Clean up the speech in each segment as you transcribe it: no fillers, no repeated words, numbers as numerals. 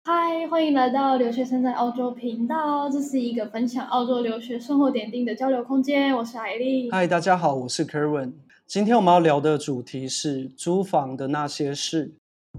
嗨，欢迎来到留学生在澳洲频道，这是一个分享澳洲留学生活点滴的交流空间。我是艾丽。 嗨，大家好，我是 Kerwin。今天我们要聊的主题是租房的那些事。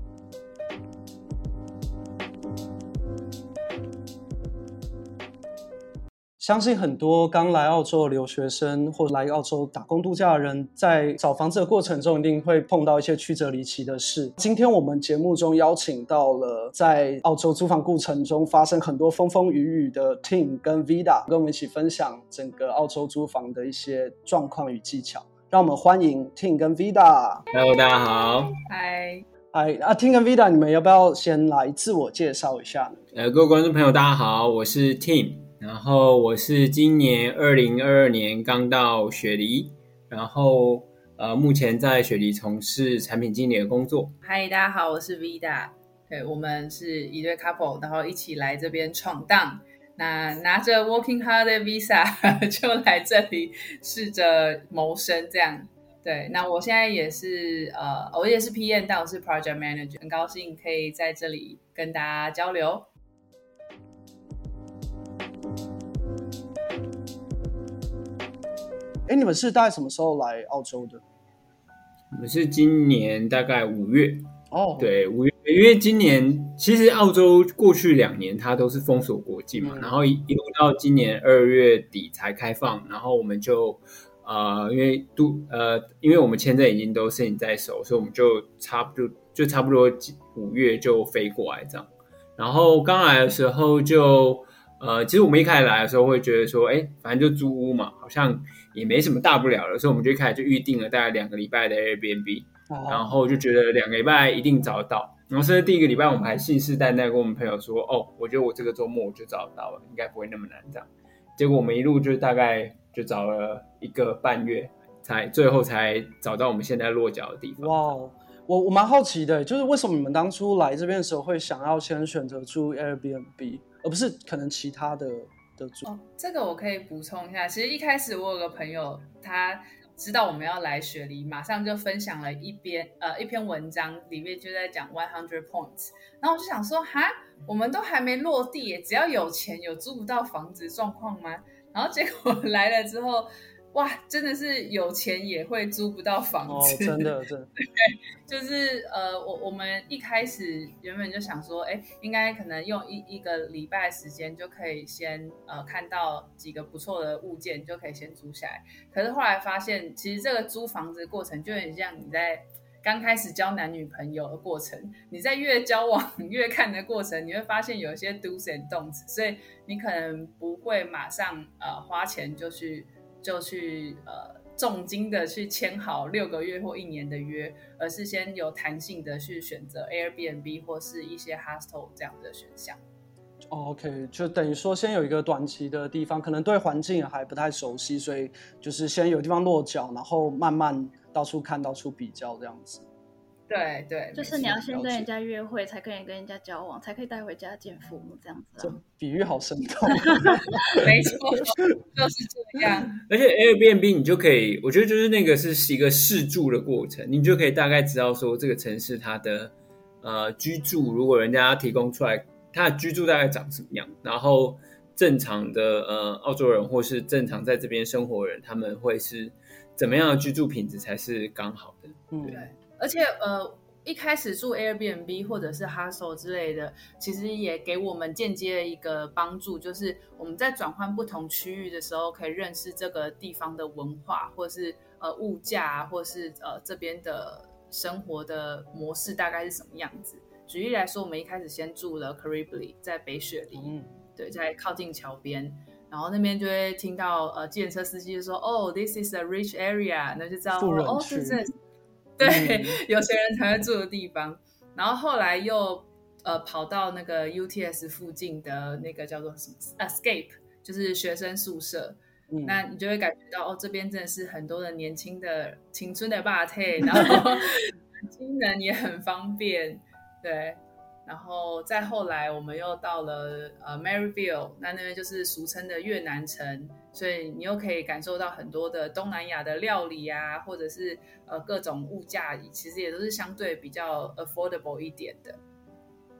相信很多刚来澳洲的留学生或来澳洲打工度假的人，在找房子的过程中一定会碰到一些曲折离奇的事。今天我们节目中邀请到了在澳洲租房过程中发生很多风风雨雨的 Tim 跟 Vida， 跟我们一起分享整个澳洲租房的一些状况与技巧。让我们欢迎 Tim 跟 Vida。Hello， 大家好。 嗨。 Tim 跟 Vida， 你们要不要先来自我介绍一下呢？各位观众朋友，大家好，我是 Tim。然后我是今年2022年刚到雪梨，然后目前在雪梨从事产品经理的工作。 嗨，大家好，我是 Vida。对，我们是一对 couple， 然后一起来这边闯荡。那拿着 Working Holiday Visa 就来这里试着谋生这样。对，那我现在也是我也是 PM， 但我是 Project Manager， 很高兴可以在这里跟大家交流。 你们是大概什么时候来澳洲的？ 我们是今年大概5月。对，5月，因为今年其实澳洲过去2年它都是封锁国境嘛，然后一路到今年2月底才开放，然后我们就因为我们签证已经都申请在手，所以我们就差不多5月就飞过来这样。然后刚来的时候就其实我们一开始来的时候会觉得说，反正就租屋嘛，好像也没什么大不了的，所以我们就一开始就预定了大概2个礼拜的 Airbnb，然后就觉得2个礼拜一定找得到。然后甚至第1个礼拜我们还信誓旦旦跟我们朋友说，我觉得我这个周末我就找得到了，应该不会那么难这样。结果我们一路就大概就找了1个半月，最后才找到我们现在落脚的地方。 哇，我蛮好奇的，就是为什么你们当初来这边的时候会想要先选择住 Airbnb， 而不是可能其他的住？ 这个我可以补充一下。其实一开始我有个朋友，他知道我们要来雪梨，马上就分享了一篇文章，里面就在讲100 points。然后我就想说，我们都还没落地耶，只要有钱有租不到房子状况吗？然后结果来了之后，哇，真的是有钱也会租不到房子。 真的。 对，就是我们一开始原本就想说，应该可能用一个礼拜的时间就可以先看到几个不错的物件，就可以先租下来。可是后来发现，其实这个租房子的过程就很像你在刚开始交男女朋友的过程，你在越交往越看的过程，你会发现有一些 do's and don'ts， 所以你可能不会马上花钱就去重金的去签好6个月或1年的约，而是先有弹性的去选择 Airbnb 或是一些 hostel 这样的选项。 OK， 就等于说先有一个短期的地方，可能对环境还不太熟悉，所以就是先有地方落脚，然后慢慢到处看到处比较这样子。 对对， 就是你要先跟人家约会，才可以跟人家交往，才可以带回家见父母这样子。 这比喻好生动。 没错，就是这样。 而且 Airbnb 你就可以，我觉得就是那个是一个试住的过程，你就可以大概知道说这个城市它的居住，如果人家提供出来它的居住大概长什么样，然后正常的澳洲人或是正常在这边生活的人，他们会是怎么样的居住品质才是刚好的。 对。而且一开始住 Airbnb 或者是 hostel 之类的，其实也给我们间接的一个帮助，就是我们在转换不同区域的时候，可以认识这个地方的文化，或是物价，或是这边的生活的模式大概是什么样子。举例来说，我们一开始先住了 Cariblee， 在北雪梨，对，在靠近桥边。然后那边就会听到计程车司机就说，this is a rich area， 那就知道这是对，有钱人才会住的地方。然后后来又跑到那个 UTS 附近的那个叫做什么 Escape， 就是学生宿舍。那你就会感觉到这边真的是很多的年轻的青春的霸体，然后机能也很方便，对。然后再后来我们又到了Maryville， 那边就是俗称的越南城，所以你又可以感受到很多的东南亚的料理啊，或者是各种物价其实也都是相对比较 affordable 一点的。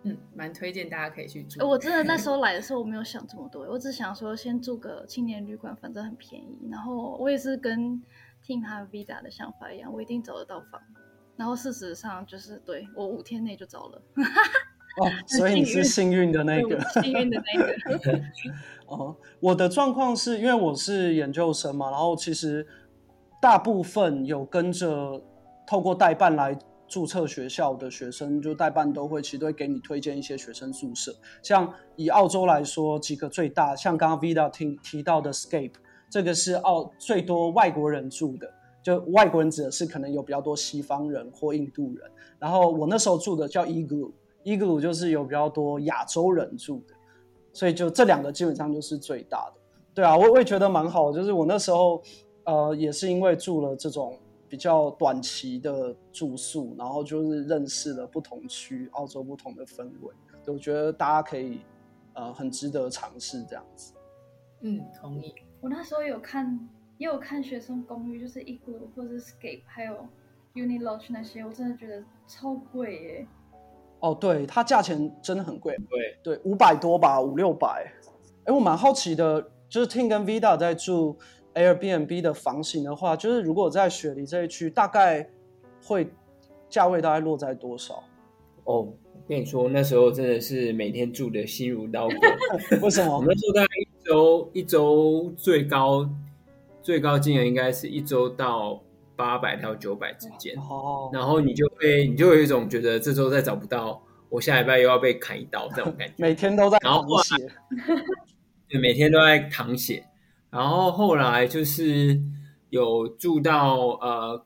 蛮推荐大家可以去住。 我真的那时候来的时候我没有想这么多，我只想说先住个青年旅馆，反正很便宜。然后我也是跟听他 Vida 的想法一样，我一定找得到房。然后事实上就是对我5天内就找了。 所以你是幸运的那个。 幸运的那个。 我的状况是因为我是研究生嘛，然后其实大部分有跟着透过代办来注册学校的学生，就代办其实都会给你推荐一些学生宿舍。像以澳洲来说，几个最大，像刚刚 Vida 提到的 Scape， 这个是最多外国人住的，就外国人指的是可能有比较多西方人或印度人。然后我那时候住的叫 Igloo 就是有比较多亚洲人住的，所以就这2个基本上就是最大的。对啊，我也觉得蛮好的，就是我那时候也是因为住了这种比较短期的住宿，然后就是认识了不同区澳洲不同的氛围，我觉得大家可以很值得尝试这样子。 同意。 我那时候也有看学生公寓，就是 Igloo 或者 Scape 还有 Unilodge 那些，我真的觉得超贵耶。 对，它价钱真的很贵，对，500多吧，500-600。我蛮好奇的，就是 Tim 跟 Vida 在住 Airbnb 的房型的话，就是如果在雪梨这一区，大概价位大概落在多少？ 我跟你说，那时候真的是每天住的心如刀割。 为什么？ 我们那时候大概一周最高金额应该是1周到800到900之间。然后你就有一种觉得这周再找不到，我下礼拜又要被砍一刀这种感觉。 每天都在淌血。 对，每天都在淌血。然后后来就是有住到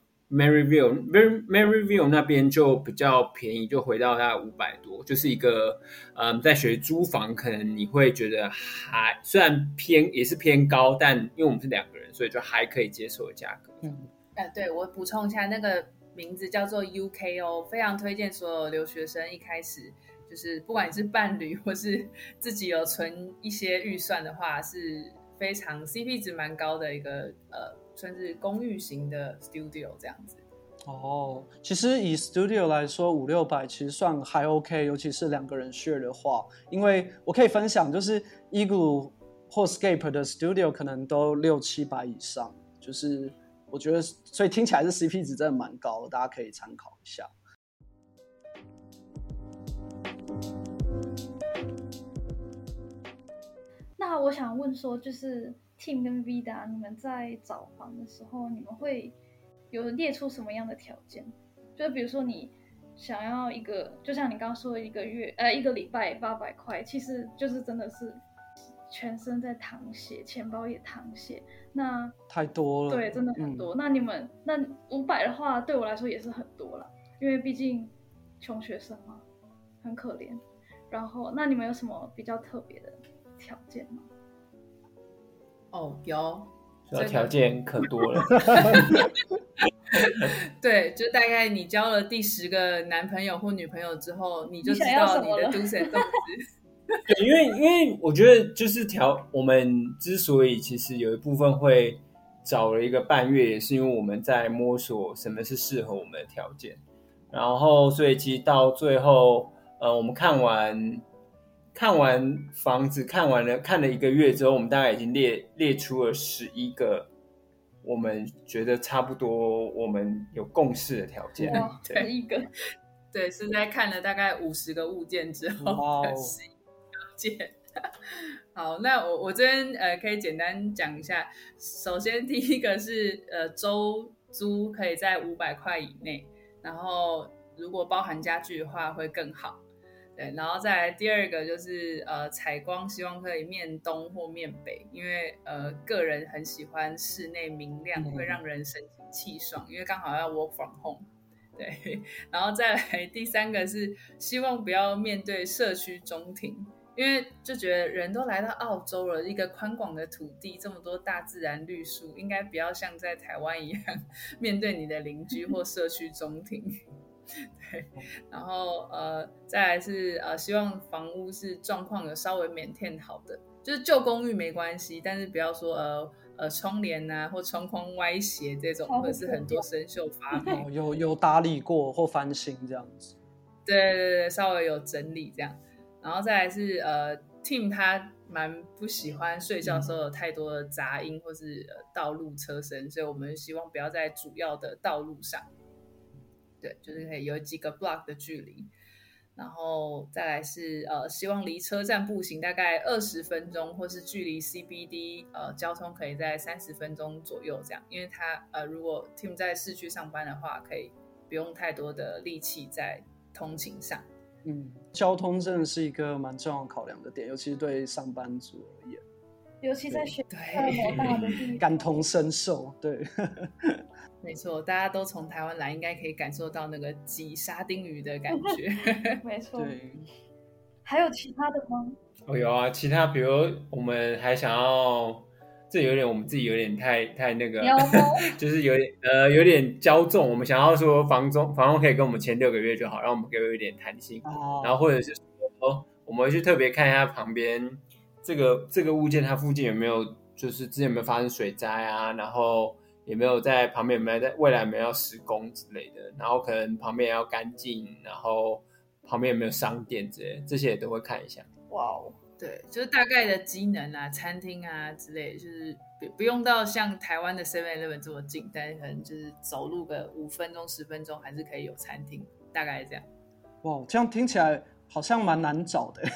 Maryville 那边就比较便宜，就回到大概500多，就是一个在学租房，可能你会觉得虽然也是偏高，但因为我们是2个人，所以就还可以接受的价格。 对，我补充一下，那个名字叫做 UKO， 非常推荐所有留学生一开始就是不管你是伴侣或是自己有存一些预算的话，是非常 CP 值蛮高的一个算是公寓型的 studio 这样子。 其实以 studio 来说500-600其实算还 OK， 尤其是2个人 share 的话，因为我可以分享，就是 Igloo 或 Scape 的 studio 可能都600-700以上，就是我觉得，所以听起来是 CP 值真的蛮高的，大家可以参考一下。 那我想问说，就是 Tim 跟 Vida， 你们在找房的时候，你们会有列出什么样的条件？就是比如说你想要一个，就像你刚刚说的一个礼拜800块，其实就是真的是全身在淌血，钱包也淌血，那太多了。 对，真的很多。那你们那500的话，对我来说也是很多了，因为毕竟穷学生嘛，很可怜。然后，那你们有什么比较特别的条件吗？ 有， 这条件可多了。 对，就大概你交了第10个男朋友或女朋友之后，你就知道你的 do's and don'ts。 对，因为我觉得就是我们之所以其实有一部分会找了1个半月，也是因为我们在摸索什么是适合我们的条件。然后，所以其实到最后，我们看完房子，看了1个月之后，我们大概已经列出了11个我们觉得差不多我们有共识的条件。 哇，11个。 对，是在看了大概50个物件之后的11个条件。好，那我这边可以简单讲一下。首先第一个是周租可以在500块以内，然后如果包含家具的话会更好。对，然后再来第2个就是采光希望可以面东或面北，因为个人很喜欢室内明亮，会让人神清气爽，因为刚好要 work from home。对，然后再来第3个是希望不要面对社区中庭，因为就觉得人都来到澳洲了，一个宽广的土地，这么多大自然绿树，应该不要像在台湾一样面对你的邻居或社区中庭。对，然后再来是希望房屋是状况有稍微maintain好的，就是旧公寓没关系，但是不要说窗帘啊或窗框歪斜这种，或者是很多生锈发霉。 有打理过或翻新这样子。 对，稍微有整理这样。然后再来是Tim 他蛮不喜欢睡觉的时候有太多的杂音或是道路车声，所以我们希望不要在主要的道路上，对，就是可以有几个 block 的距离。然后再来是希望离车站步行大概20分钟，或是距离 CBD 交通可以在30分钟左右这样，因为他如果 Tim 在市区上班的话，可以不用太多的力气在通勤上。 交通真的是一个蛮重要考量的点，尤其是对上班族而言， 尤其在学校那么大的地方， 感同身受。对， 没错，大家都从台湾来，应该可以感受到那个挤沙丁鱼的感觉。 没错。 对， 还有其他的吗？ 有啊，其他比如我们还想要，这有点我们自己有点太那个，就是有点骄纵。我们想要说房东可以跟我们签6个月就好，让我们给我有点弹性。然后或者是说我们会去特别看一下旁边这个物件它附近有没有，就是之前有没有发生水灾啊，然后有没有在旁边有没有在未来有没有要施工之类的，然后可能旁边也要干净，然后旁边有没有商店之类的，这些也都会看一下。 哇哦， 对，就是大概的机能啊、餐厅啊之类的，就是不用到像台湾的 7-Eleven 这么近，但是可能就是走路个5分钟、10分钟还是可以有餐厅，大概这样。 哇，这样听起来好像蛮难找的，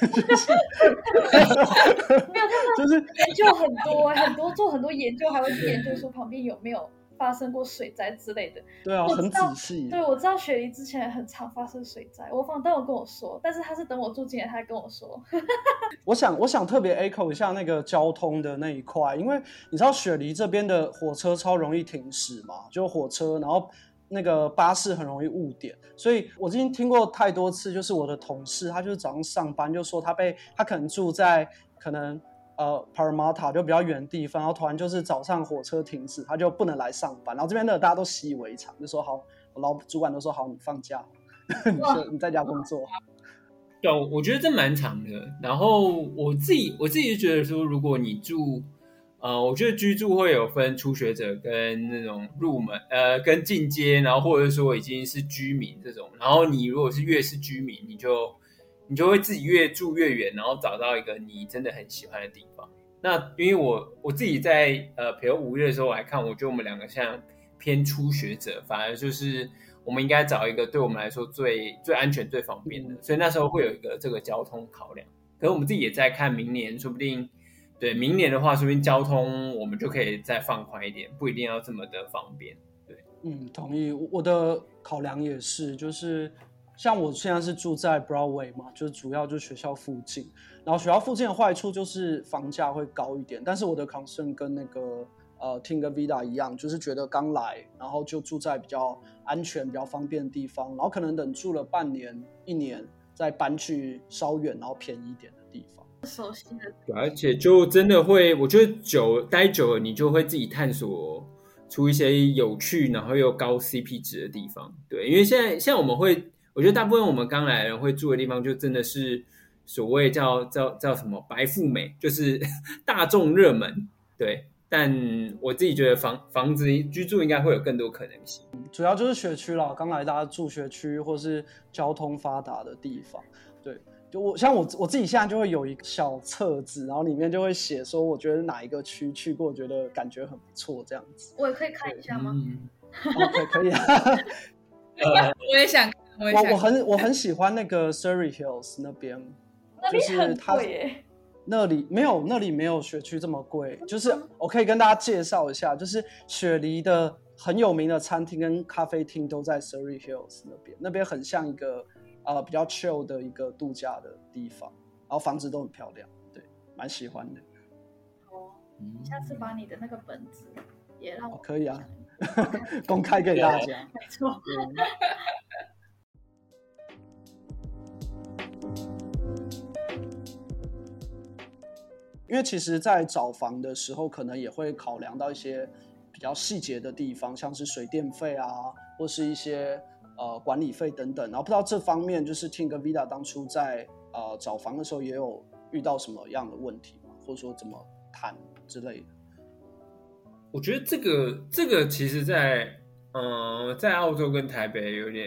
没有，就是研究很多做很多研究，还会去研究说旁边有没有发生过水灾之类的。 对啊，很仔细。 对，我知道雪梨之前很常发生水灾，我房东有跟我说，但是他是等我住进来，他还跟我说。 我想特别 echo 一下那个交通的那一块，因为你知道雪梨这边的火车超容易停驶嘛，就火车，然后那个巴士很容易误点，所以我已经听过太多次，就是我的同事他就是早上上班就说他可能住在可能Parramatta 就比较远的地方，然后突然就是早上火车停止，他就不能来上班，然后这边的大家都习以为常，就说好，我主管都说好，你放假，你在家工作。 对，我觉得这蛮长的。然后我自己就觉得说，如果你住，我觉得居住会有分初学者跟那种入门，跟进阶，然后或者说已经是居民这种。然后你如果是越是居民，你就会自己越住越远，然后找到一个你真的很喜欢的地方。那因为我自己在比如5月的时候来看，我觉得我们2个像偏初学者，反而就是我们应该找一个对我们来说最安全、最方便的，所以那时候会有一个这个交通考量。可是我们自己也在看明年，说不定对明年的话，说不定交通我们就可以再放宽一点，不一定要这么的方便。对， 同意。我的考量也是，就是像我现在是住在 Broadway 嘛，就是主要就是学校附近，然后学校附近的坏处就是房价会高一点，但是我的 concern 跟那个Tim 跟 Vida 一样，就是觉得刚来，然后就住在比较安全、比较方便的地方，然后可能等住了半年、1年，再搬去稍远然后便宜一点的地方。 熟悉的， 对，而且就真的会，我觉得待久了，你就会自己探索出一些有趣，然后又高 CP 值的地方。对，因为现在像我觉得大部分我们刚来的人会住的地方，就真的是所谓叫什么白富美，就是大众热门。对。但我自己觉得房子居住应该会有更多可能性， 主要就是学区啦，刚来大家住学区或是交通发达的地方。对，就像我自己现在就会有一个小册子，然后里面就会写说我觉得哪一个区去过，觉得感觉很不错这样子。 我也可以看一下吗？ 可以啊。 我也想看， 我很喜欢那个 Surrey Hills 那边， 那边很贵耶。 那里没有学区这么贵，就是我可以跟大家介绍一下，就是雪梨的很有名的餐厅跟咖啡厅都在 Surrey Hills 那边很像一个比较 chill 的一个度假的地方，然后房子都很漂亮，对，蛮喜欢的。 你下次把你的那个本子也让我可以啊，公开给大家。 没错。 因为其实在找房的时候可能也会考量到一些比较细节的地方，像是水电费啊，或是一些管理费等等，然后不知道这方面就是 Tim 跟 Vida 当初在找房的时候也有遇到什么样的问题吗？或者说怎么谈之类的。 我觉得这个其实在澳洲跟台北有点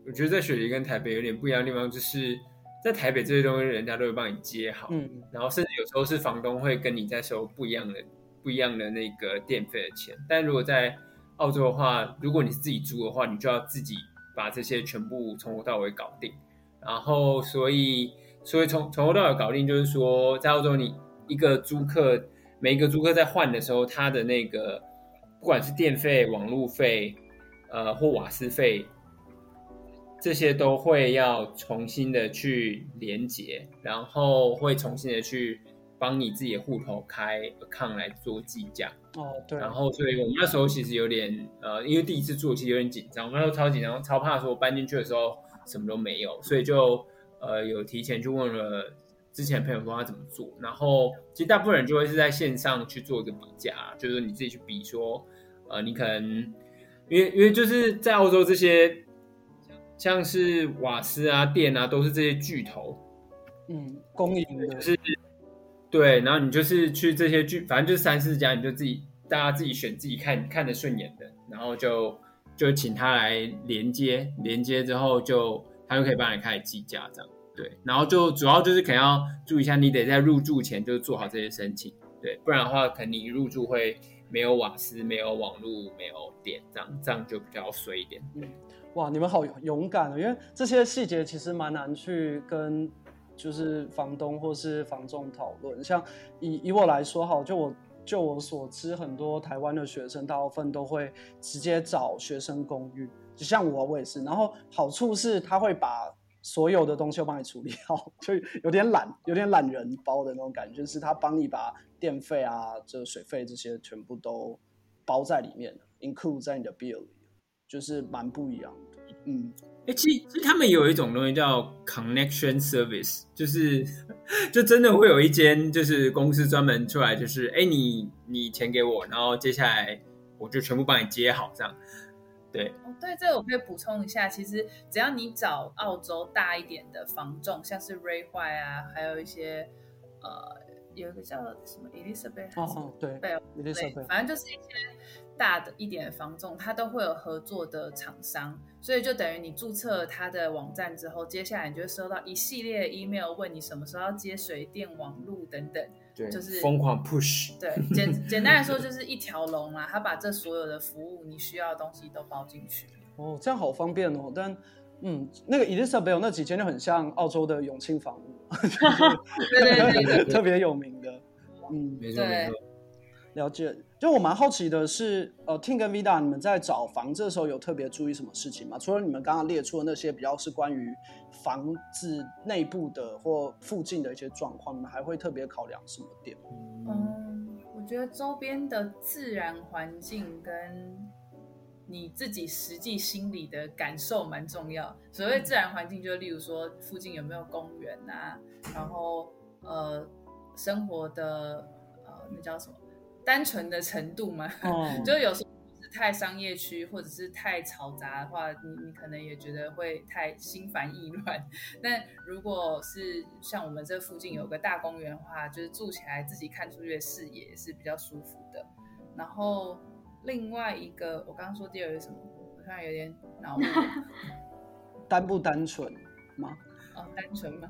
我觉得在雪梨跟台北有点不一样的地方，就是在台北这些东西人家都会帮你接好，然后甚至有时候是房东会跟你再收不一样的那个电费的钱。但如果在澳洲的话，如果你是自己租的话，你就要自己把这些全部从头到尾搞定。然后所以从头到尾搞定，就是说在澳洲你一个租客每一个租客在换的时候，他的那个不管是电费、网路费，或瓦斯费，这些都会要重新的去连结，然后会重新的去帮你自己的户头开 account 来做计价。 对。 然后所以我们那时候其实有点因为第一次做，其实有点紧张，我们那时候超紧张，超怕说搬进去的时候什么都没有，所以就有提前去问了之前朋友说他怎么做。然后其实大部分人就会是在线上去做一个比价，就是你自己去比说你可能因为就是在澳洲这些像是瓦斯啊、电啊，都是这些巨头， 公营的， 就是对，然后你就是去这些反正就是3-4家，你就大家自己选自己看得顺眼的，然后就请他来连接之后他就可以帮你开始计价这样。对，然后就主要就是可能要注意一下，你得在入住前就做好这些申请，对，不然的话可能你一入住会没有瓦斯、没有网路、没有电，这样就比较衰一点。 哇，你们好勇敢因为这些细节其实蛮难去跟就是房东或是房仲讨论。像以我来说，就我所知，很多台湾的学生大部分都会直接找学生公寓，就像我也是。然后好处是他会把所有的东西都帮你处理好，就有点懒人包的那种感觉，就是他帮你把电费啊、这水费这些全部都包在里面 ，include 在你的 bill 里，就是蛮不一样的。 其实他们有一种东西叫 connection service， 就真的会有一间就是公司专门出来，就是你钱给我，然后接下来我就全部帮你接好这样。对， 对，这个我可以补充一下，其实只要你找澳洲大一点的房仲，像是 Ray White 啊，还有一些有一个叫什么 Elizabeth， 对 Elizabeth， 反正就是一些大的一点的房仲，它都会有合作的厂商，所以就等于你注册它的网站之后，接下来你就会收到一系列的 email， 问你什么时候要接水电、网路等等， 对， 就是疯狂 push。 对，简单来说就是一条龙啦，他把这所有的服务你需要的东西都包进去。 这样好方便哦。但那个 Elizabeth 那几间就很像澳洲的永庆房屋， 对， 特别有名的。 没错没错。 了解。就我蛮好奇的是Tim 跟 Vida 你们在找房子的时候有特别注意什么事情吗？除了你们刚刚列出的那些比较是关于房子内部的或附近的一些状况，你们还会特别考量什么点？ 我觉得周边的自然环境跟你自己实际心里的感受蛮重要。所谓自然环境，就例如说附近有没有公园啊，然后生活的那叫什么单纯的程度嘛，就有时候是太商业区或者是太嘈杂的话，你可能也觉得会太心烦意乱。但如果是像我们这附近有个大公园的话，就是住起来自己看出去的视野也是比较舒服的。然后另外一个，我刚刚说第二个是什么？我突然有点脑雾。 单不单纯吗？ 单纯吗？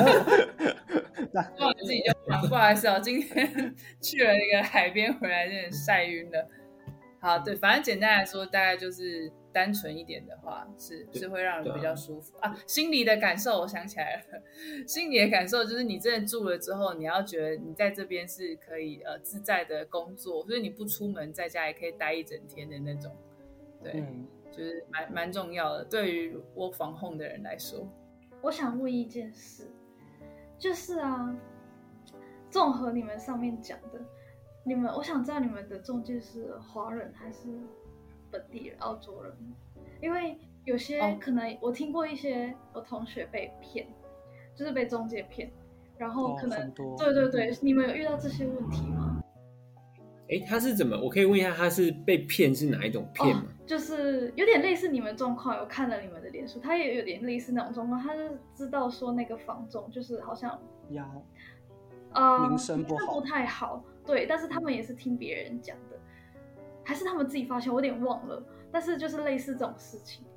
我自己就不好意思今天去了一个海边回来，有点晒晕了。好，对，反正简单来说，大概就是单纯一点的话，是会让人比较舒服啊。心里的感受，我想起来了，心里的感受就是你真的住了之后，你要觉得你在这边是可以自在的工作，所以你不出门，在家也可以待一整天的那种。对，就是蛮重要的，对于work from home的人来说。 我想问一件事，就是综合你们上面讲的，我想知道你们的中介是华人还是本地人、澳洲人？因为有些可能我听过一些我同学被骗，就是被中介骗，然后可能对，你们有遇到这些问题吗？ 他是怎么？我可以问一下，他是被骗是哪一种骗吗？ 就是有点类似你们状况，有看了你们的脸书，他也有点类似那种状况，他是知道说那个房仲就是好像名声不好， 不太好，对，但是他们也是听别人讲的，还是他们自己发现，我有点忘了，但是就是类似这种事情。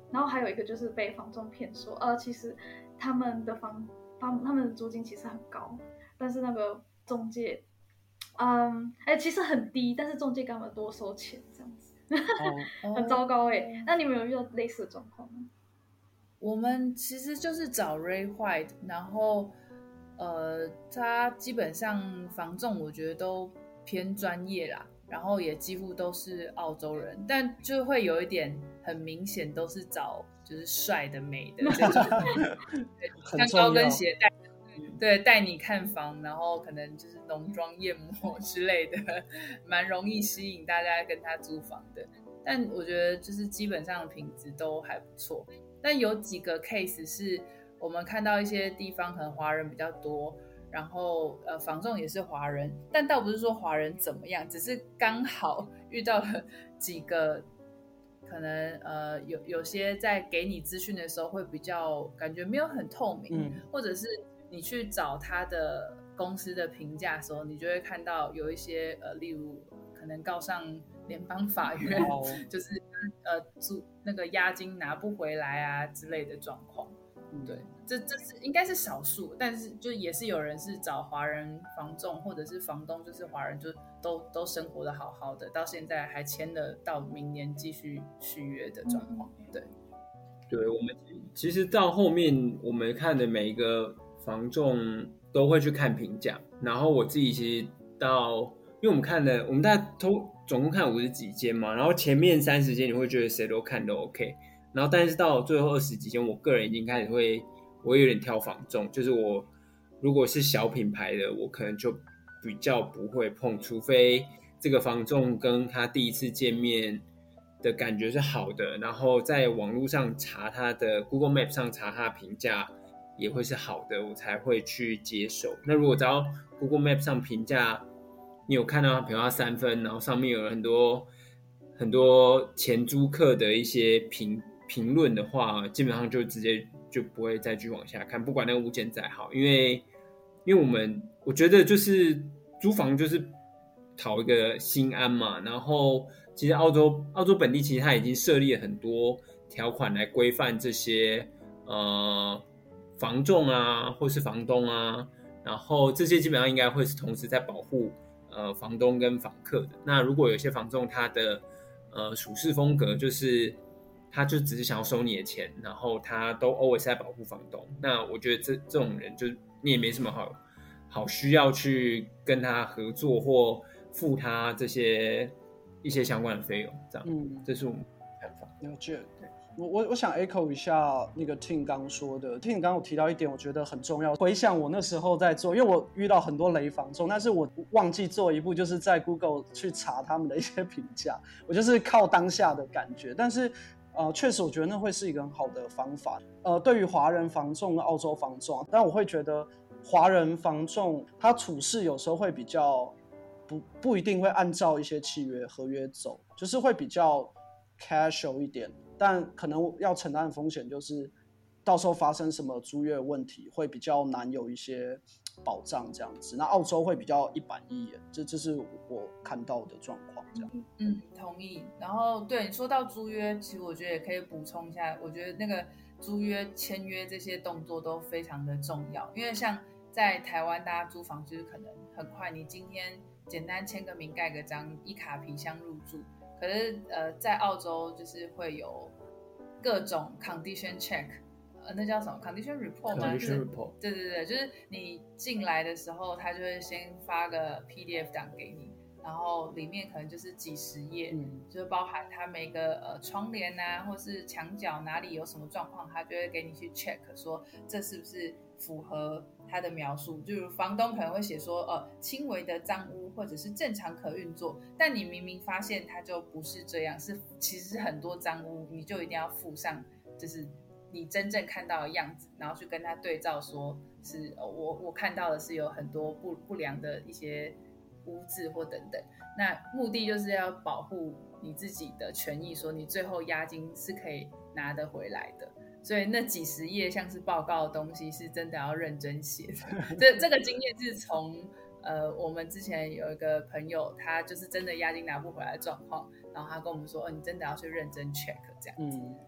然后还有一个就是被房仲骗说，其实他们的他们的租金其实很高，但是那个中介，其实很低，但是中介干嘛多收钱这样子，很糟糕哎。那你们有遇到类似的状况吗？ 我们其实就是找 Ray White， 然后他基本上房仲我觉得都偏专业啦，然后也几乎都是澳洲人，但就会有一点很明显都是找就是帅的美的这种穿高跟鞋带你看房，然后可能就是浓妆艳抹之类的，蛮容易吸引大家跟他租房的。但我觉得就是基本上的品质都还不错，但有几个 case 是我们看到一些地方可能华人比较多，然后房仲也是华人，但倒不是说华人怎么样，只是刚好遇到了几个可能有些在给你资讯的时候会比较感觉没有很透明，或者是你去找他的公司的评价的时候，你就会看到有一些例如可能告上联邦法院，就是那个押金拿不回来啊之类的状况。对，这是应该是少数，但是就也是有人是找华人房仲或者是房东，就是华人就都生活的好好的，到现在还签了到明年继续续约的状况。 对，我们其实到后面我们看的每一个房仲都会去看评价，然后我自己其实因为我们大概总共看50几间嘛，然后前面30间你会觉得谁都看都 OK， 然后但是到最后20几间，我个人已经开始我会有点挑房仲，就是我如果是小品牌的，我可能就比较不会碰，除非这个房仲跟他第一次见面的感觉是好的，然后在网络上查他的 Google Map 上查他的评价也会是好的，我才会去接受。那如果只要 Google Map 上评价你有看到比如他3分，然后上面有很多前租客的一些评论的话，基本上就直接就不会再继续往下看，不管那个物件再好，因为我觉得就是租房就是讨一个心安嘛，然后其实澳洲本地其实它已经设立了很多条款来规范这些房仲啊或是房东啊，然后这些基本上应该会是同时在保护房东跟房客的。那如果有些房仲他的处事风格就是他就只是想要收你的钱，然后他都 always 在保护房东，那我觉得这种人就你也没什么好需要去跟他合作或付他一些相关的费用，这样，这是我们的看法。 了解。我想 echo 一下那个 Tim 刚说的。Tim 刚有提到一点，我觉得很重要。回想我那时候在做，因为我遇到很多雷房仲，但是我忘记做一步，就是在 Google 去查他们的一些评价，我就是靠当下的感觉。但是确实我觉得那会是一个很好的方法。对于华人房仲跟澳洲房仲，但我会觉得华人房仲他处事有时候会比较不一定会按照一些契约合约走，就是会比较 casual 一点，但可能要承担的风险就是到时候发生什么租约问题会比较难有一些保障这样子。那澳洲会比较一板一眼，这是我看到的状况这样。 同意。然后对你说到租约，其实我觉得也可以补充一下，我觉得那个租约签约这些动作都非常的重要，因为像在台湾大家租房就是可能很快，你今天简单签个名盖个章，一卡皮箱入住。可是在澳洲就是会有各种 condition check， 那叫什么 condition report 吗？ condition report， 对，就是你进来的时候，他就会先发个 PDF 档给你，然后里面可能就是几十页，就是包含它每个窗帘啊，或是墙角哪里有什么状况，他就会给你去 check 说这是不是符合他的描述。就如房东可能会写说轻微的脏污或者是正常可运作，但你明明发现它就不是这样，是其实很多脏污，你就一定要附上就是你真正看到的样子，然后去跟他对照说是我看到的是有很多不良的一些污渍或等等。那目的就是要保护你自己的权益，说你最后押金是可以拿得回来的。所以那几十页像是报告的东西是真的要认真写的。这个经验是从我们之前有一个朋友，他就是真的押金拿不回来的状况，然后他跟我们说你真的要去认真 check 这样子。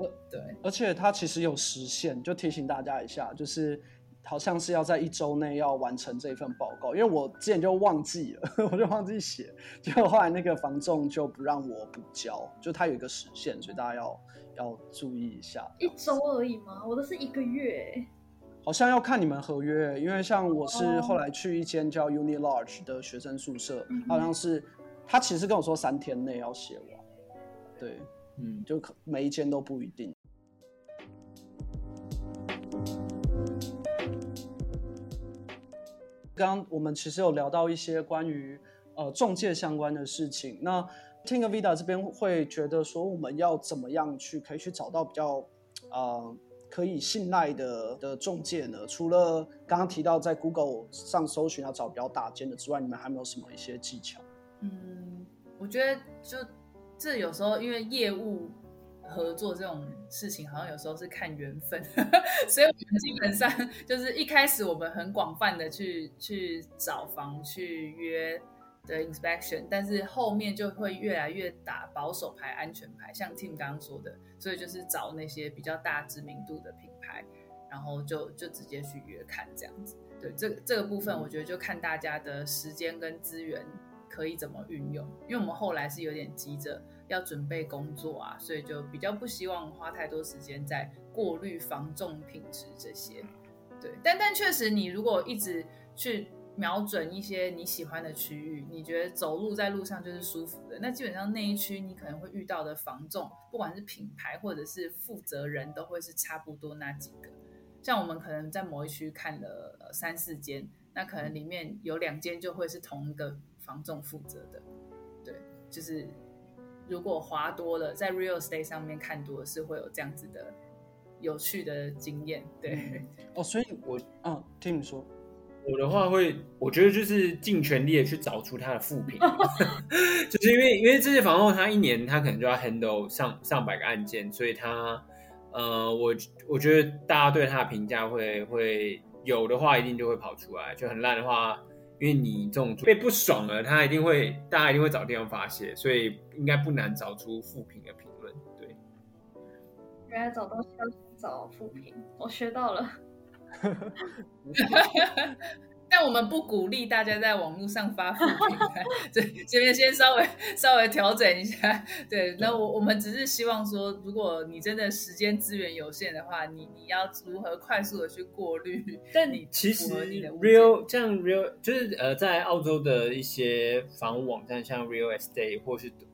对， 而且它其实有时限，就提醒大家一下，就是好像是要在1周内要完成这份报告，因为我之前就忘记了，我就忘记写，结果后来那个房仲就不让我补交，就它有一个时限，所以大家要注意一下。 1周而已吗？我的是1个月。 好像要看你们合约，因为像我是后来去一间叫 Unilarge 的学生宿舍，好像是他其实跟我说3天内要写完，对，就每一间都不一定。刚刚我们其实有聊到一些关于仲介相关的事情，那 Tim 跟 Vida 这边会觉得说我们要怎么样可以去找到比较可以信赖的仲介呢？除了刚刚提到在 Google 上搜寻要找比较大间的之外，你们还没有什么一些技巧？ 我觉得就这有时候因为业务合作这种事情，好像有时候是看缘分，所以我们基本上就是一开始我们很广泛的去找房去约的 inspection， 但是后面就会越来越打保守牌、安全牌，像 Tim 刚刚说的，所以就是找那些比较大知名度的品牌，然后就直接去约看这样子。对，这个部分我觉得就看大家的时间跟资源可以怎么运用，因为我们后来是有点急着要准备工作啊，所以就比较不希望花太多时间在过滤房仲品质这些。对，但确实你如果一直去瞄准一些你喜欢的区域，你觉得走路在路上就是舒服的，那基本上那一区你可能会遇到的房仲，不管是品牌或者是负责人，都会是差不多那几个。像我们可能在某一区看了3-4间，那可能里面有2间就会是同一个房仲负责的。对，就是如果滑多了，在 real estate 上面看多了，是会有这样子的有趣的经验。对， 所以听你说。 我的话我觉得就是尽全力的去找出他的负评，就是因为这些房仲他1年他可能就要 handle 上百个案件，所以他我觉得大家对他的评价会有的话一定就会跑出来，就很烂的话，因为你这种被不爽了，大家一定会找地方发泄，所以应该不难找出负评的评论。对， 原来找东西要找负评，我学到了。 但我们不鼓励大家在网络上发负评，这边先稍微调整一下。对，那我们只是希望说，如果你真的时间资源有限的话，你要如何快速的去过滤？ 但其实 real 就是在澳洲的一些房屋网站，像 Real Estate 或是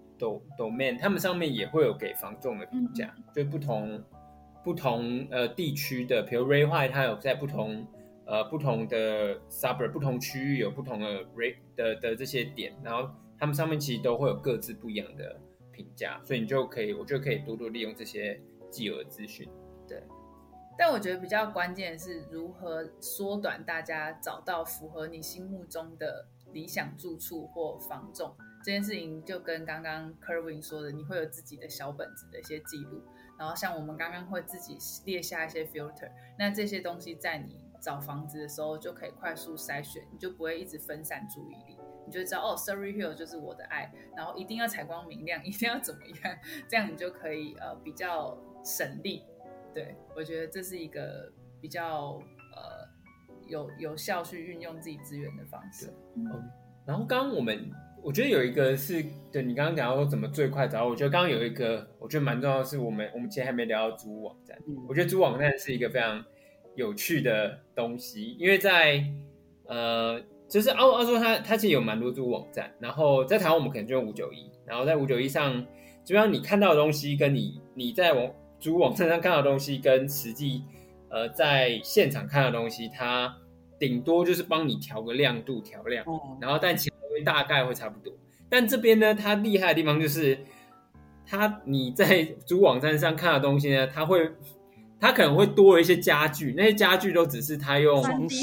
Domain， 他们上面也会有给房仲的评价，就不同地区的，比如 Ray White 它有在不同的 suburb 不同区域有不同的 rate 的这些点，然后他们上面其实都会有各自不一样的评价，所以我觉得可以多多利用这些既有的资讯。 对，但我觉得比较关键的是如何缩短大家找到符合你心目中的理想住处或房仲这件事情，就跟刚刚 Kerwin 说的，你会有自己的小本子的一些记录，然后像我们刚刚会自己列下一些 filter， 那这些东西在你找房子的时候就可以快速筛选，你就不会一直分散注意力，你就知道Surrey Hill 就是我的爱，然后一定要采光明亮，一定要怎么样，这样你就可以比较省力。对，我觉得这是一个比较有效去运用自己资源的方式。 然后刚刚我觉得有一个是对你刚刚讲到说怎么最快找到，我觉得刚刚有一个我觉得蛮重要的是我们其实还没聊到租屋网站，我觉得租屋网站是一个非常有趣的东西，因为在就是澳洲它其实有蛮多租屋网站，然后在台湾我们可能就用591，然后在591上基本上你看到的东西跟你在租屋网站上看到的东西跟实际在现场看到的东西，它顶多就是帮你调个亮度调亮，然后但其他东西大概会差不多。但这边呢，它厉害的地方就是你在租网站上看的东西呢，它可能会多了一些家具，那些家具都只是它用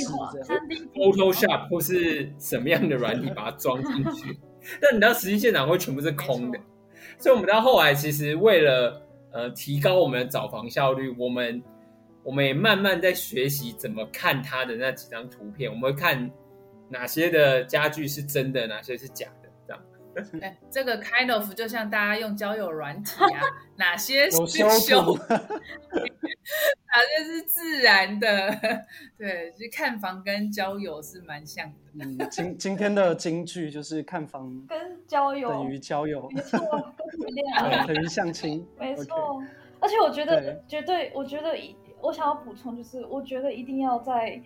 Photoshop 或是什么样的软体把它装进去，但你到实际现场会全部是空的。所以我们到后来其实为了提高我们的找房效率，我们也慢慢在学习怎么看它的那几张图片，我们会看哪些的家具是真的，哪些是假的，这样。 这个 kind of 就像大家用交友软体啊，哪些是有修图哪些是自然的，对，就看房跟交友是蛮像的。 今天的金句就是看房跟交友等于交友， 没错，跟恋爱等于相亲， 没错。 OK 而且我觉得对绝对，我想要补充就是，我觉得一定要在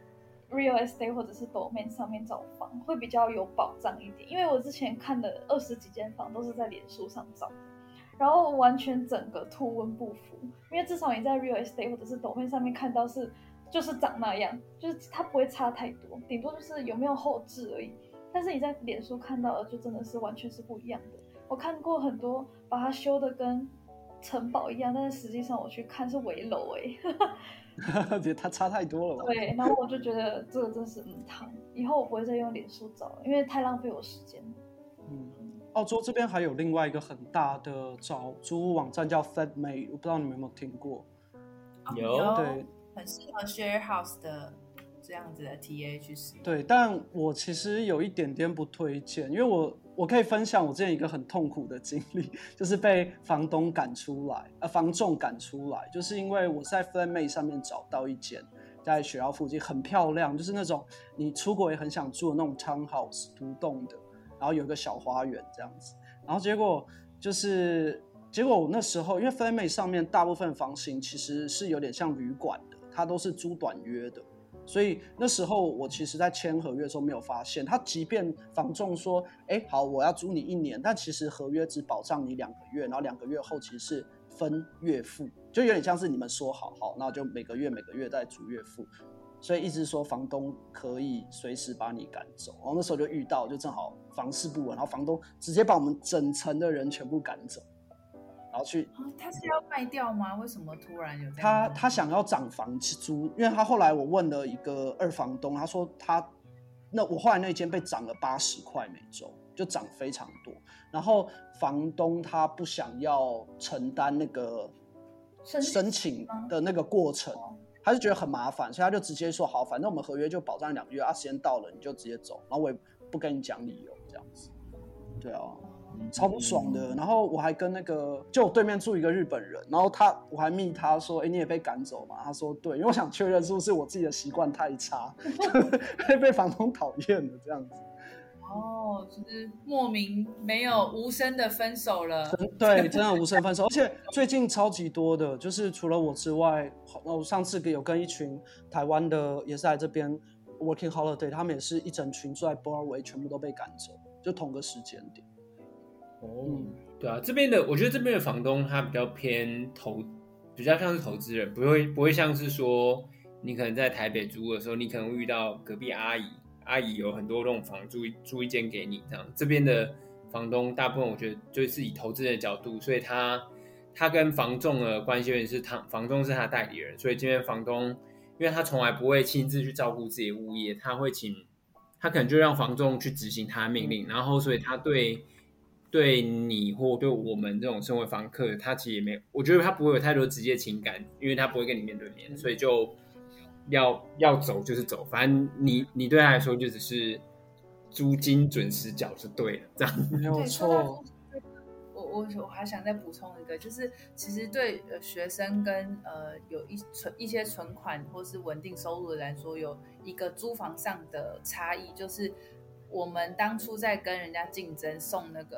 real estate 或者是 domain 上面找房，会比较有保障一点。因为我之前看的20几间房都是在脸书上找，然后完全整个图文不符。因为至少你在 real estate 或者是 domain 上面看到就是长那样，就是它不会差太多，顶多就是有没有后置而已。但是你在脸书看到的就真的是完全是不一样的。我看过很多把它修的跟城堡一样，但是实际上我去看是危楼它差太多了吧？ 对，然后我就觉得这个真是汤，以后我不会再用脸书找了，因为太浪费我时间了。 澳洲这边还有另外一个很大的找租屋网站叫 Flatmate， 我不知道你们有没有听过？ 有， 对， 很适合 share house 的这样子的 TA 去使用。 对，但我其实有一点点不推荐，因为我可以分享我之前一个很痛苦的经历，就是被房仲赶出来，就是因为我在 Flatmate 上面找到一间在学校附近很漂亮，就是那种你出国也很想住的那种 townhouse 独栋的，然后有一个小花园这样子，然后结果我那时候因为 Flatmate 上面大部分房型其实是有点像旅馆的，它都是租短约的。所以那时候我其实在签合约的时候没有发现，他即便房仲说好我要租你1年，但其实合约只保障你2个月，然后2个月后其实是分月付，就有点像是你们说好那就每个月再逐月付，所以一直说房东可以随时把你赶走。然后那时候就遇到就正好房市不稳，然后房东直接把我们整层的人全部赶走，然后去他是要卖掉吗？为什么突然有这样？他想要涨房租，因为他后来我问了一个二房东，他说我后来那间被涨了80块每周，就涨非常多。然后房东他不想要承担那个申请的那个过程，他就觉得很麻烦，所以他就直接说好，反正我们合约就保障2个月时间到了你就直接走，然后我也不跟你讲理由这样子。对啊。超不爽的，然后我还跟就我对面住一个日本人，然后我还密他说你也被赶走嘛？他说对，因为我想确认是不是我自己的习惯太差被房东讨厌了这样子。 就是莫名没有无声的分手了。 对，真的无声分手。而且最近超级多的，就是除了我之外，我上次有跟一群台湾的也是来这边 working holiday， 他们也是一整群住在 Broadway， 全部都被赶走，就同个时间点。 对啊，我觉得这边的房东他比较偏比较像是投资人，不会像是说你可能在台北租的时候，你可能会遇到隔壁阿姨有很多这种房租一间给你这样。这边的房东大部分我觉得就是以投资人的角度，所以他跟房仲的关系有点是房仲是他的代理人，所以这边房东因为他从来不会亲自去照顾自己的物业，他可能就让房仲去执行他的命令，然后所以他对你或对我们这种身为房客，他其实也没，我觉得他不会有太多直接情感，因为他不会跟你面对面，所以就要走就是走，反正你对他来说就只是租金准时缴就对了，这样没有错。 我还想再补充一个，就是其实对学生跟有一些存款或是稳定收入的来说，有一个租房上的差异，就是我们当初在跟人家竞争送那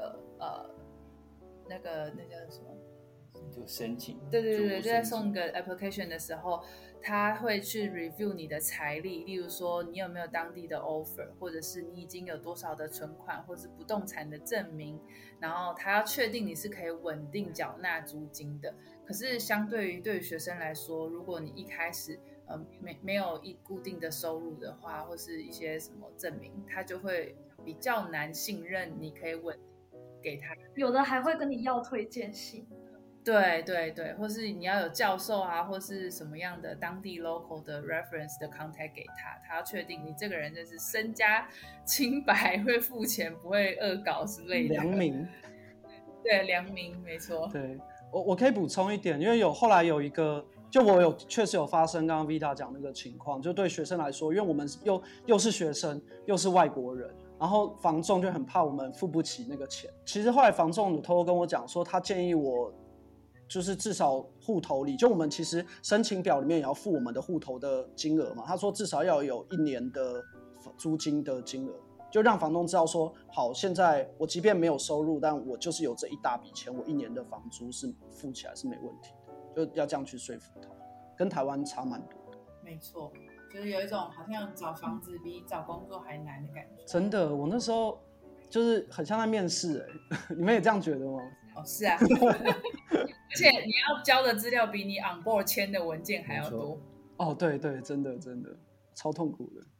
叫什么？ 就申请。 对，就在送个 application 的时候，他会去 review 你的财力，例如说你有没有当地的 offer， 或者是你已经有多少的存款，或是不动产的证明，然后他要确定你是可以稳定缴纳租金的。可是相对于学生来说，如果你一开始没有固定的收入的话，或是一些什么证明，他就会比较难信任你可以稳定给他。 有的还会跟你要推荐信。 对，或是你要有教授啊，或是什么样的当地 local 的 reference 的 contact 给他要确定你这个人就是身家清白，会付钱，不会恶搞之类的。 良民。 对，良民，没错。 对，我可以补充一点，因为后来有一个，就我确实有发生刚刚 Vita 讲那个情况，就对学生来说，因为我们又是学生又是外国人，然然后房仲就很怕我们付不起那个钱。其实后来房仲有偷偷跟我讲说，他建议我就是至少户头里，就我们其实申请表里面也要付我们的户头的金额嘛。他说至少要有1年的租金的金额，就让房东知道说，好，现在我即便没有收入，但我就是有这一大笔钱，我1年的房租是付起来是没问题的，就要这样去说服他，跟台湾差蛮多的。 没错，就是有一种好像找房子比找工作还难的感觉。 真的，我那时候就是很像在面试你们也这样觉得吗？ 哦，是啊，而且你要交的资料比你 on board 签的文件还要多。 哦，对对，真的真的超痛苦的。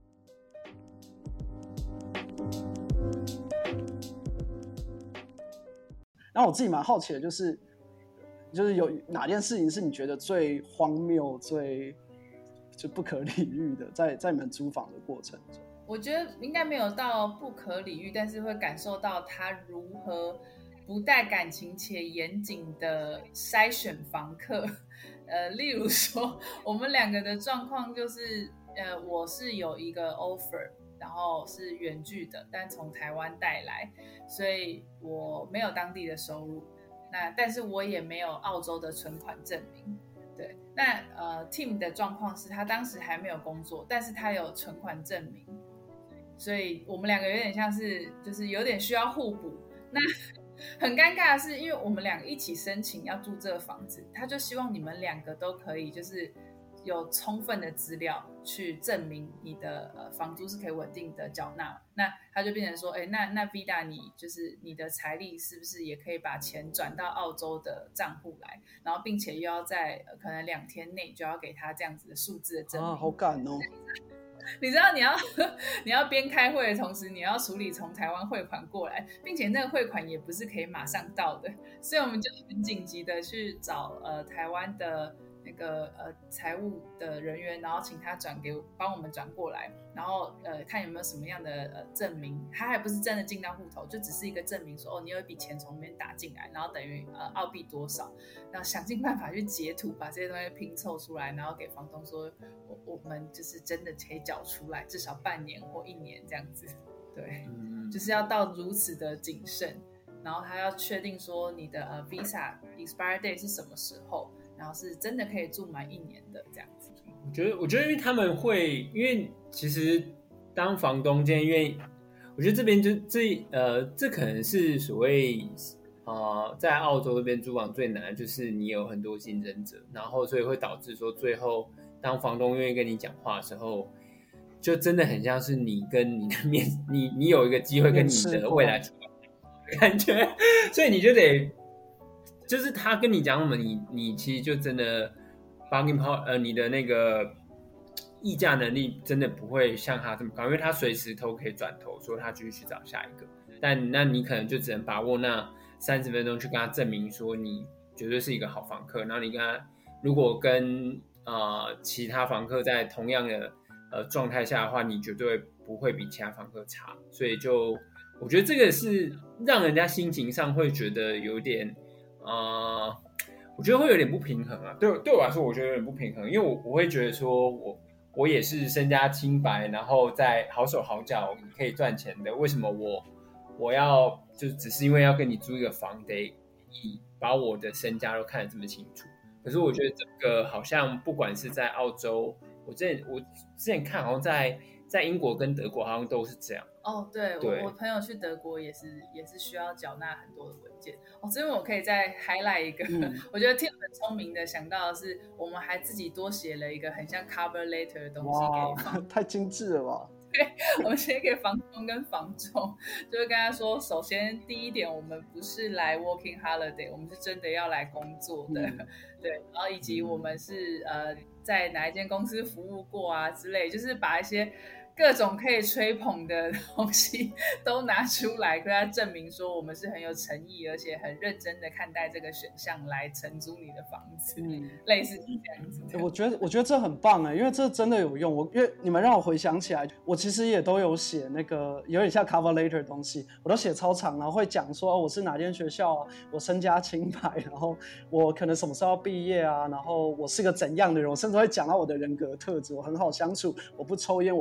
然后我自己蛮好奇的，就是有哪件事情是你觉得最荒谬、最就不可理喻的，在你们租房的过程中？ 我觉得应该没有到不可理喻，但是会感受到他如何不带感情且严谨的筛选房客。例如说，我们2个的状况就是，我是有一个 offer， 然后是远距的，但从台湾带来，所以我没有当地的收入。但是我也没有澳洲的存款证明。对，那Tim 的状况是他当时还没有工作，但是他有存款证明，所以我们2个有点像是就是有点需要互补。那很尴尬的是，因为我们2个一起申请要住这个房子，他就希望你们2个都可以就是有充分的资料去证明你的房租是可以稳定的缴纳。那他就变成说，那 Vida 你就是你的财力是不是也可以把钱转到澳洲的账户来，然后并且又要在可能2天内就要给他这样子的数字的证明。 好赶哦！ 你知道你要边开会的同时，你要处理从台湾汇款过来，并且那个汇款也不是可以马上到的，所以我们就很紧急的去找台湾的那个财务的人员，然后请他帮我们转过来，然后看有没有什么样的证明，他还不是真的进到户头，就只是一个证明说，你有一笔钱从那边打进来，然后等于澳币多少，然后想尽办法去截图，把这些东西拼凑出来，然后给房东说，我们就是真的可以缴出来，至少半年或1年这样子。对，就是要到如此的谨慎，然后他要确定说你的visa expire date 是什么时候，然后是真的可以住满1年的这样子。 我觉得因为他们会，因为其实当房东因为我觉得这边就这可能是所谓在澳洲这边租房最难的就是你有很多竞争者，然后所以会导致说最后当房东愿意跟你讲话的时候，就真的很像是你跟你的你有一个机会跟你的未来出来感觉，所以你就得就是他跟你讲什么，你其实就真的 bargaining power， 你的那个议价能力真的不会像他这么高，因为他随时都可以转头说他继续去找下一个，但那你可能就只能把握那30分钟去跟他证明说你绝对是一个好房客，然后你跟他如果跟其他房客在同样的状态下的话，你绝对不会比其他房客差，所以就我觉得这个是让人家心情上会觉得有点我觉得会有点不平衡啊。对我来说，我觉得有点不平衡，因为我会觉得说我也是身家清白，然后在好手好脚可以赚钱的，为什么我要就只是因为要跟你租一个房得把我的身家都看得这么清楚？可是我觉得这个好像不管是在澳洲，我之前看好像在英国跟德国好像都是这样。 对，我朋友去德国也是需要缴纳很多的文件。这边我可以再 highlight 一个，我觉得 Tim 很聪明的想到的是，我们还自己多写了一个很像 cover letter 的东西给房。 太精致了吧？ 对，我们写给房东跟房仲，就是跟他说，首先第一点，我们不是来 working holiday， 我们是真的要来工作的，对，然后以及我们是在哪一间公司服务过啊之类，就是把一些各种可以吹捧的东西都拿出来，跟他证明说我们是很有诚意，而且很认真的看待这个选项来承租你的房子，类似是这样子。 我觉得这很棒因为这真的有用。因为你们让我回想起来，我其实也都有写那个有点像 cover letter 的东西，我都写超长，然后会讲说我是哪间学校啊，我身家清白，然后我可能什么时候要毕业啊，然后我是个怎样的人，我甚至会讲到我的人格特质，我很好相处，我不抽烟，我不 party。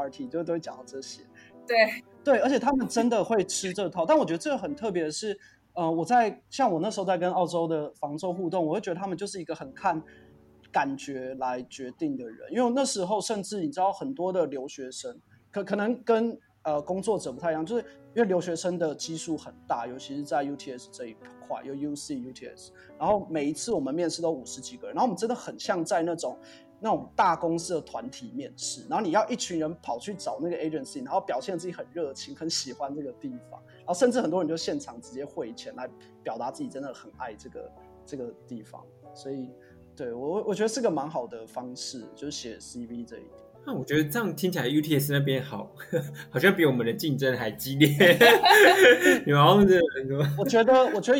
party， 就都会讲到这些。 对， 而且他们真的会吃这套。但我觉得这个很特别的是，像我那时候在跟澳洲的房仲互动，我会觉得他们就是一个很看感觉来决定的人。因为那时候甚至你知道很多的留学生，可能跟工作者不太一样，就是因为留学生的基数很大，尤其是在 UTS 这一块，有 UTS， 然后每一次我们面试都50几个人，然后我们真的很像在那种大公司的团体面试，然后你要一群人跑去找那个 agency， 然后表现自己很热情，很喜欢这个地方，然后甚至很多人就现场直接汇钱来表达自己真的很爱这个地方。所以对我觉得是个蛮好的方式，就是写 CV 这一点。 那我觉得这样听起来 UTS 那边好像比我们的竞争还激烈。有好像是很多。我觉得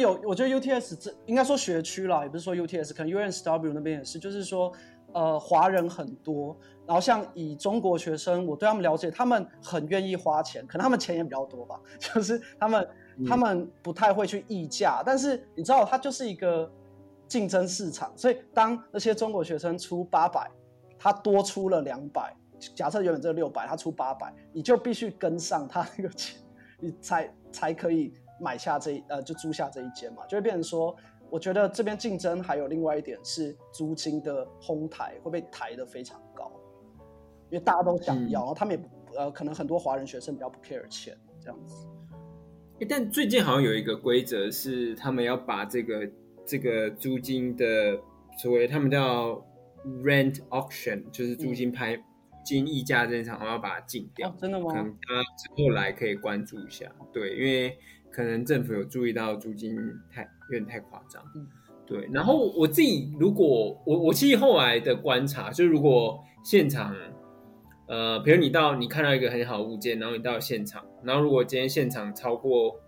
UTS 应该说学区啦，也不是说 UTS， 可能 UNSW 那边也是，就是说华人很多，然后像以中国学生，我对他们了解，他们很愿意花钱，可能他们钱也比较多吧，就是他们不太会去议价，但是你知道，它就是一个竞争市场，所以当那些中国学生出800，他多出了200，假设原本这个600，他出800，你就必须跟上他那个钱，你才可以买下就租下这一间嘛，就会变成说。我觉得这边竞争还有另外一点是租金的哄抬会被抬得非常高，因为大家都想要，然后他们也可能很多华人学生比较不 care 钱这样子。 但最近好像有一个规则是，他们要把这个租金的所谓他们叫 rent auction， 就是租金议价这一场，要把它禁掉。 真的吗？ 可能大家之后来可以关注一下，对，因为可能政府有注意到租金有点太夸张，对。然后我自己如果我其实后来的观察，就是如果现场比如你看到一个很好的物件，然后你到现场，然后如果今天现场超过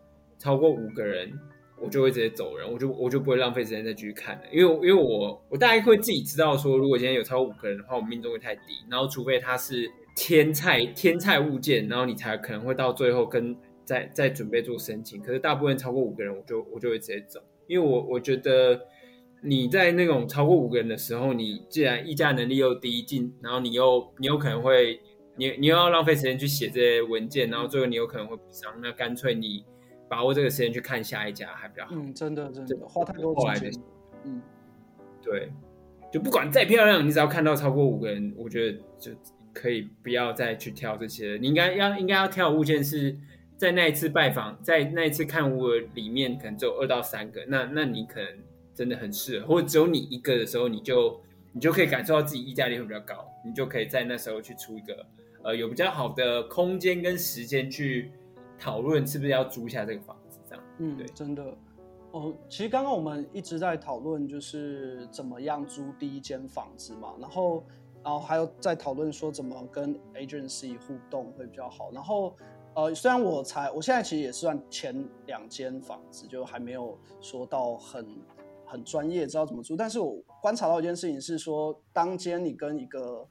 5个人，我就会直接走人，我就不会浪费时间再继续看了，因为我大概会自己知道说，如果今天有超过5个人的话，我命中会太低，然后除非它是天菜物件，然后你才可能会到最后再准备做申请。可是大部分超过5个人，我就会直接走，因为我觉得你在那种超过5个人的时候，你既然议价能力又低，然后你又可能会你又要浪费时间去写这些文件，然后最后你有可能会不上，那干脆你把握这个时间去看下一家还比较好。 真的花太多时间。 对，就不管再漂亮，你只要看到超过5个人，我觉得就可以不要再去挑这些了。你应该要挑的物件是在那一次拜访，在那一次看屋里面，可能只有2到3个，那你可能真的很适合，或者只有你一个的时候，你就可以感受到自己议价力会比较高，你就可以在那时候去出一个有比较好的空间跟时间去讨论是不是要租下这个房子，这样。对， 真的。其实刚刚我们一直在讨论就是怎么样租第一间房子嘛，然后还有在讨论说怎么跟 agency 互动会比较好。然后虽然我现在其实也算前2间房子，就还没有说到很专业知道怎么租，但是我观察到一件事情是说，当今天你跟一个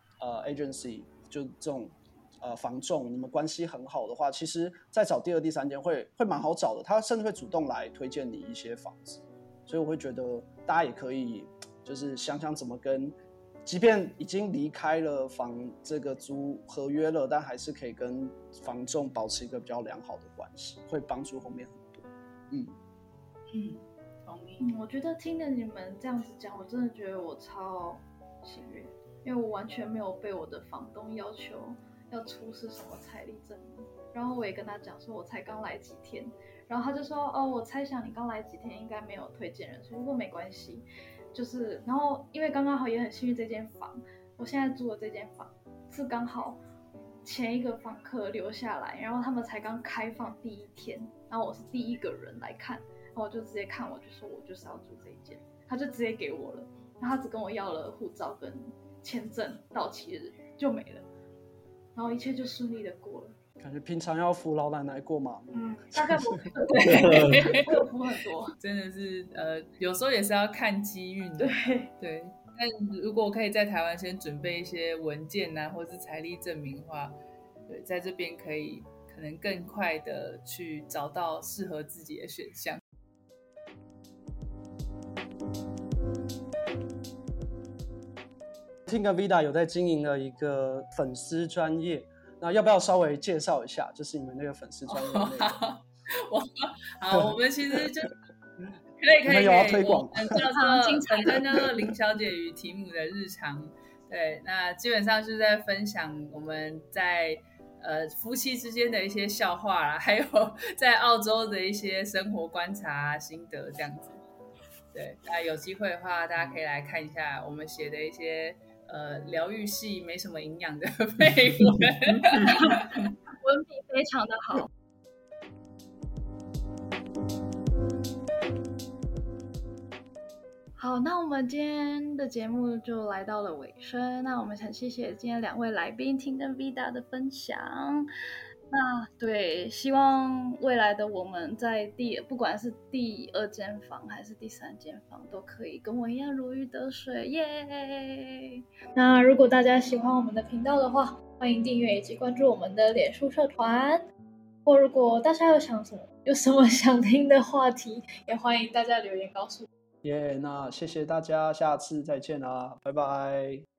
agency 就这种房仲你们关系很好的话，其实再找第2、第3间会蛮好找的，他甚至会主动来推荐你一些房子。所以我会觉得大家也可以就是想想怎么跟，即便已经离开了这个租合约了，但还是可以跟房仲保持一个比较良好的关系，会帮助后面很多。 同意。 我觉得听着你们这样子讲，我真的觉得我超幸运，因为我完全没有被我的房东要求要出示什么财力证明，然后我也跟他讲说我才刚来几天，然后他就说我猜想你刚来几天应该没有推荐人数，不过没关系，就是然后因为刚刚好也很幸运，这间房我现在住的这间房是刚好前一个房客留下来，然后他们才刚开放第1天，然后我是第1个人来看，然后我就直接看，我就说我就是要住这一间，他就直接给我了，然后他只跟我要了护照跟签证到期日就没了，然后一切就顺利的过了。 感觉平常要扶老奶奶过马路， 大概不对，我有扶很多， 真的是有时候也是要看机运的，对。但如果可以在台湾先准备一些文件啊，或是财力证明的话，对，在这边可能更快的去找到适合自己的选项。 Tim 跟 Vida 有在经营了一个粉丝专页， 那要不要稍微介绍一下，就是你们那个粉丝专页的内容？ 好，我们其实就可以， 你们有要推广吗？ 我们叫做林小姐与提姆的日常。对，那基本上是在分享我们在夫妻之间的一些笑话啦，还有在澳洲的一些生活观察心得这样子。对，那有机会的话，大家可以来看一下我们写的一些疗愈系没什么营养的废文， 文笔非常的好。好，那我们今天的节目就来到了尾声。那我们很谢谢今天2位来宾Tim跟 Vida 的分享。那对，希望未来的我们在不管是第2间房还是第3间房，都可以跟我一样如鱼得水，耶！那如果大家喜欢我们的频道的话，欢迎订阅以及关注我们的脸书社团。或如果大家有什么想听的话题，也欢迎大家留言告诉我。 那谢谢大家，下次再见啦，拜拜。